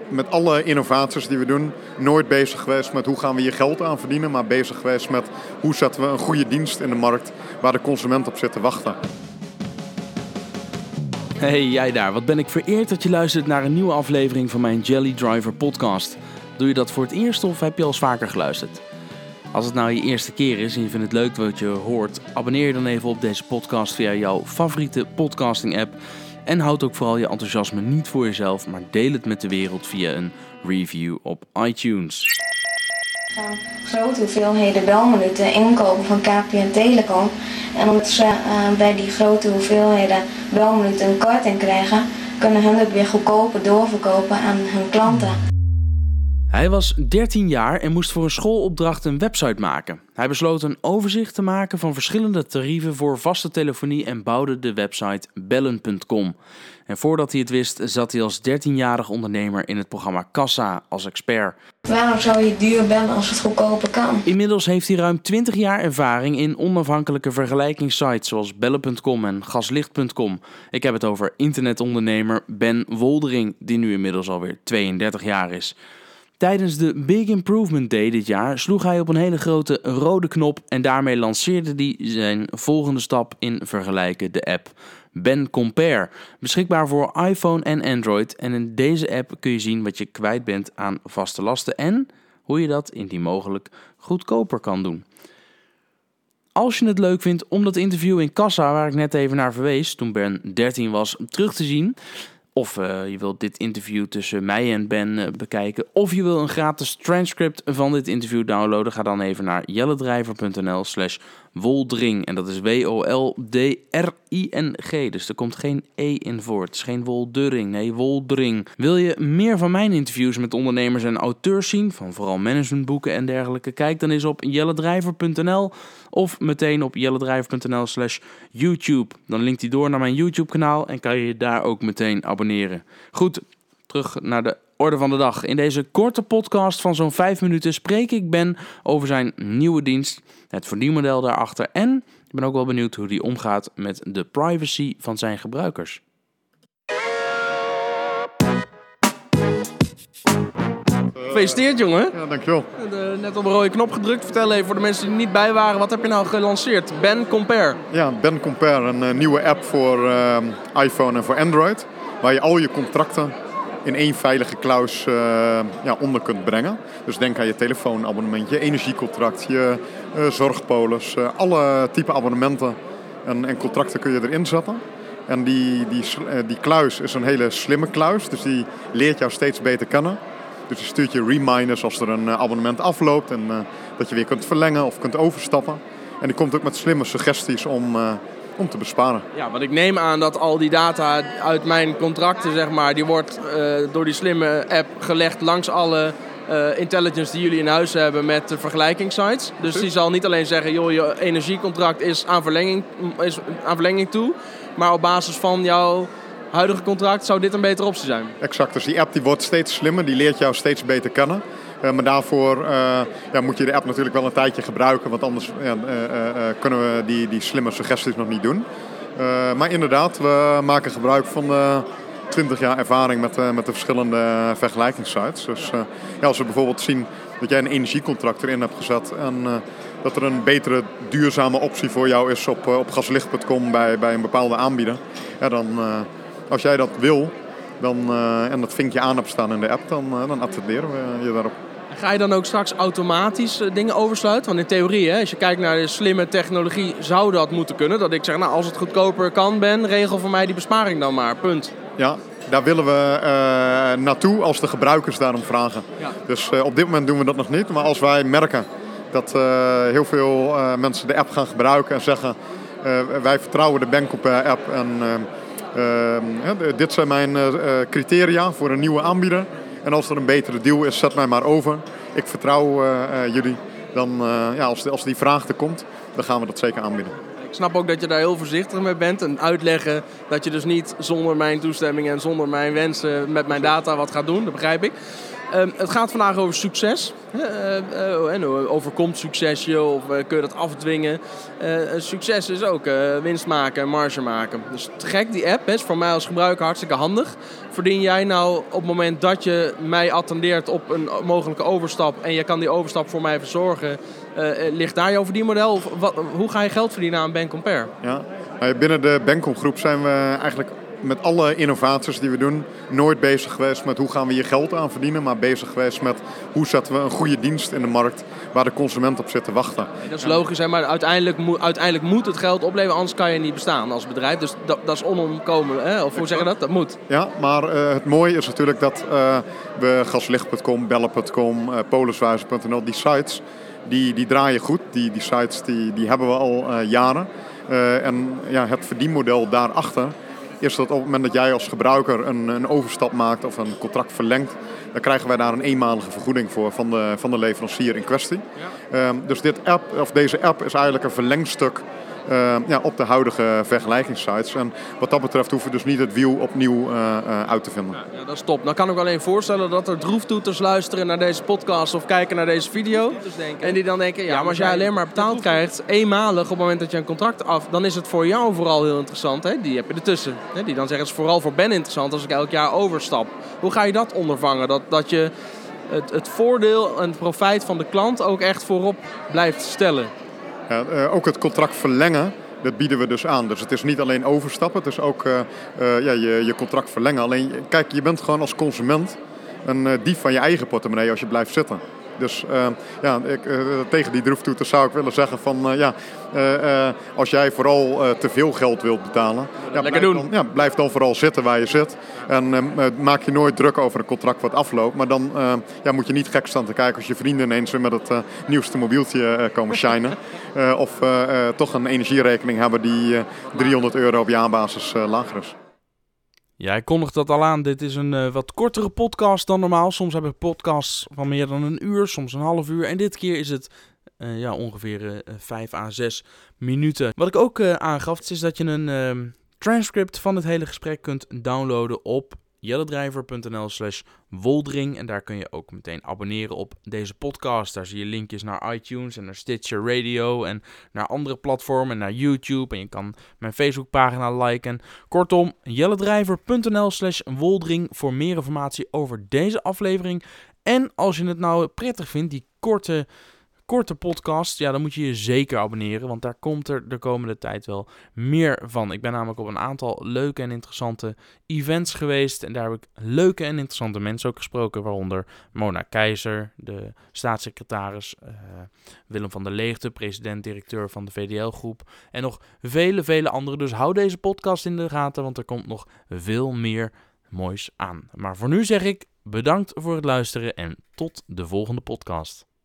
met alle innovaties die we doen nooit bezig geweest met hoe gaan we hier geld aan verdienen, maar bezig geweest met hoe zetten we een goede dienst in de markt waar de consument op zit te wachten. Hey, jij daar. Wat ben ik vereerd dat je luistert naar een nieuwe aflevering van mijn Jelly Driver podcast. Doe je dat voor het eerst of heb je al eens vaker geluisterd? Als het nou je eerste keer is en je vindt het leuk wat je hoort, abonneer je dan even op deze podcast via jouw favoriete podcasting app. En houd ook vooral je enthousiasme niet voor jezelf, maar deel het met de wereld via een review op iTunes. Grote hoeveelheden belminuten inkopen van KPN Telecom. En omdat ze bij die grote hoeveelheden belminuten een korting krijgen, kunnen hun het weer goedkoper doorverkopen aan hun klanten. Hij was 13 jaar en moest voor een schoolopdracht een website maken. Hij besloot een overzicht te maken van verschillende tarieven voor vaste telefonie en bouwde de website bellen.com. En voordat hij het wist, zat hij als 13-jarig ondernemer in het programma Kassa als expert. Waarom zou je duur bellen als het goedkoper kan? Inmiddels heeft hij ruim 20 jaar ervaring in onafhankelijke vergelijkingssites zoals bellen.com en gaslicht.com. Ik heb het over internetondernemer Ben Woldering, die nu inmiddels alweer 32 jaar is. Tijdens de Big Improvement Day dit jaar sloeg hij op een hele grote rode knop en daarmee lanceerde hij zijn volgende stap in vergelijken, de app Ben Compare. Beschikbaar voor iPhone en Android en in deze app kun je zien wat je kwijt bent aan vaste lasten en hoe je dat indien mogelijk goedkoper kan doen. Als je het leuk vindt om dat interview in Kassa, waar ik net even naar verwees toen Ben 13 was, terug te zien, of je wilt dit interview tussen mij en Ben bekijken, of je wil een gratis transcript van dit interview downloaden, ga dan even naar jellydriver.nl/Woldring. En dat is Woldring. Dus er komt geen E in voor. Het is geen Woldering, nee, Woldring. Wil je meer van mijn interviews met ondernemers en auteurs zien, van vooral managementboeken en dergelijke, kijk dan eens op jellydriver.nl of meteen op jellydriver.nl/YouTube. Dan linkt hij door naar mijn YouTube kanaal en kan je je daar ook meteen abonneren. Goed, terug naar de orde van de dag. In deze korte podcast van zo'n 5 minuten spreek ik Ben over zijn nieuwe dienst, het verdienmodel daarachter en ik ben ook wel benieuwd hoe hij omgaat met de privacy van zijn gebruikers. Gefeliciteerd, jongen. Ja, dankjewel. Net op een rode knop gedrukt. Vertel even voor de mensen die er niet bij waren. Wat heb je nou gelanceerd? Ben Compare. Ja, Ben Compare, een nieuwe app voor iPhone en voor Android. Waar je al je contracten in één veilige kluis onder kunt brengen. Dus denk aan je telefoonabonnement, je energiecontract, je zorgpolis. Alle type abonnementen en contracten kun je erin zetten. En die kluis is een hele slimme kluis. Dus die leert jou steeds beter kennen. Dus die stuurt je reminders als er een abonnement afloopt. En dat je weer kunt verlengen of kunt overstappen. En die komt ook met slimme suggesties om te besparen. Ja, want ik neem aan dat al die data uit mijn contracten, zeg maar, die wordt door die slimme app gelegd langs alle intelligence die jullie in huis hebben met de vergelijkingssites. Dus die zal niet alleen zeggen, joh, je energiecontract is aan verlenging toe, maar op basis van jouw huidige contract zou dit een betere optie zijn. Exact, dus die app die wordt steeds slimmer, die leert jou steeds beter kennen. Maar daarvoor moet je de app natuurlijk wel een tijdje gebruiken, want anders kunnen we die slimme suggesties nog niet doen. Maar inderdaad, we maken gebruik van 20 jaar ervaring met de verschillende vergelijkingssites. Dus als we bijvoorbeeld zien dat jij een energiecontract erin hebt gezet en dat er een betere duurzame optie voor jou is op gaslicht.com bij een bepaalde aanbieder, dan als jij dat wil en dat vinkje aan hebt staan in de app, dan attenderen we je daarop. Ga je dan ook straks automatisch dingen oversluiten? Want in theorie, als je kijkt naar de slimme technologie, zou dat moeten kunnen. Dat ik zeg, nou, als het goedkoper kan, Ben, regel voor mij die besparing dan maar, punt. Ja, daar willen we naartoe als de gebruikers daarom vragen. Ja. Dus op dit moment doen we dat nog niet. Maar als wij merken dat heel veel mensen de app gaan gebruiken en zeggen, wij vertrouwen de Ben Compare app en dit zijn mijn criteria voor een nieuwe aanbieder. En als er een betere deal is, zet mij maar over. Ik vertrouw jullie. Dan, als die vraag er komt, dan gaan we dat zeker aanbieden. Ik snap ook dat je daar heel voorzichtig mee bent. En uitleggen dat je dus niet zonder mijn toestemming en zonder mijn wensen met mijn data wat gaat doen. Dat begrijp ik. Het gaat vandaag over succes. Overkomt succes je of kun je dat afdwingen? Succes is ook winst maken en marge maken. Dus te gek, die app is voor mij als gebruiker hartstikke handig. Verdien jij nou op het moment dat je mij attendeert op een mogelijke overstap en je kan die overstap voor mij verzorgen, ligt daar jouw verdienmodel? Of hoe ga je geld verdienen aan Bancompare? Ja, binnen de Bancom groep zijn we eigenlijk met alle innovaties die we doen nooit bezig geweest met hoe gaan we hier geld aan verdienen, maar bezig geweest met hoe zetten we een goede dienst in de markt waar de consument op zit te wachten. Dat is logisch, hè? Maar uiteindelijk moet het geld opleveren, anders kan je niet bestaan als bedrijf. Dus dat is onomkomelijk, hè? Of hoe zeg je dat? Dat moet. Ja, maar het mooie is natuurlijk dat we gaslicht.com, bellen.com, poliswijzer.nl, die sites, die draaien goed. Die sites die hebben we al jaren. En ja, het verdienmodel daarachter is dat op het moment dat jij als gebruiker een overstap maakt of een contract verlengt, dan krijgen wij daar een eenmalige vergoeding voor van de leverancier in kwestie. Ja. Dus deze app is eigenlijk een verlengstuk op de huidige vergelijkingssites. En wat dat betreft hoeven we dus niet het wiel opnieuw uit te vinden. Ja, dat is top. Dan kan ik alleen voorstellen dat er droeftoeters luisteren naar deze podcast of kijken naar deze video. En die dan denken, maar als jij alleen maar betaald krijgt, eenmalig op het moment dat je een contract dan is het voor jou vooral heel interessant. Hè? Die heb je ertussen. Hè? Die dan zeggen, het is vooral voor Ben interessant als ik elk jaar overstap. Hoe ga je dat ondervangen? Dat je het voordeel en het profijt van de klant ook echt voorop blijft stellen. Ja, ook het contract verlengen, dat bieden we dus aan. Dus het is niet alleen overstappen, het is ook je contract verlengen. Alleen, kijk, je bent gewoon als consument een dief van je eigen portemonnee als je blijft zitten. Dus tegen die droeftoeter zou ik willen zeggen van als jij vooral te veel geld wilt betalen, blijf dan vooral zitten waar je zit. En maak je nooit druk over een contract wat afloopt. Maar dan moet je niet gek staan te kijken als je vrienden ineens met het nieuwste mobieltje komen shinen. Of toch een energierekening hebben die €300 op jaarbasis lager is. Ja, ik kondig dat al aan. Dit is een wat kortere podcast dan normaal. Soms heb ik podcasts van meer dan een uur, soms een half uur. En dit keer is het ongeveer 5 à 6 minuten. Wat ik ook aangaf, is dat je een transcript van het hele gesprek kunt downloaden op jellendrijver.nl/Woldering. En daar kun je ook meteen abonneren op deze podcast. Daar zie je linkjes naar iTunes en naar Stitcher Radio en naar andere platformen en naar YouTube. En je kan mijn Facebookpagina liken. Kortom, jellendrijver.nl/Woldering voor meer informatie over deze aflevering. En als je het nou prettig vindt, die korte podcast, dan moet je je zeker abonneren, want daar komt er de komende tijd wel meer van. Ik ben namelijk op een aantal leuke en interessante events geweest en daar heb ik leuke en interessante mensen ook gesproken, waaronder Mona Keizer, de staatssecretaris, Willem van der Leegte, president-directeur van de VDL-groep en nog vele anderen. Dus hou deze podcast in de gaten, want er komt nog veel meer moois aan. Maar voor nu zeg ik bedankt voor het luisteren en tot de volgende podcast.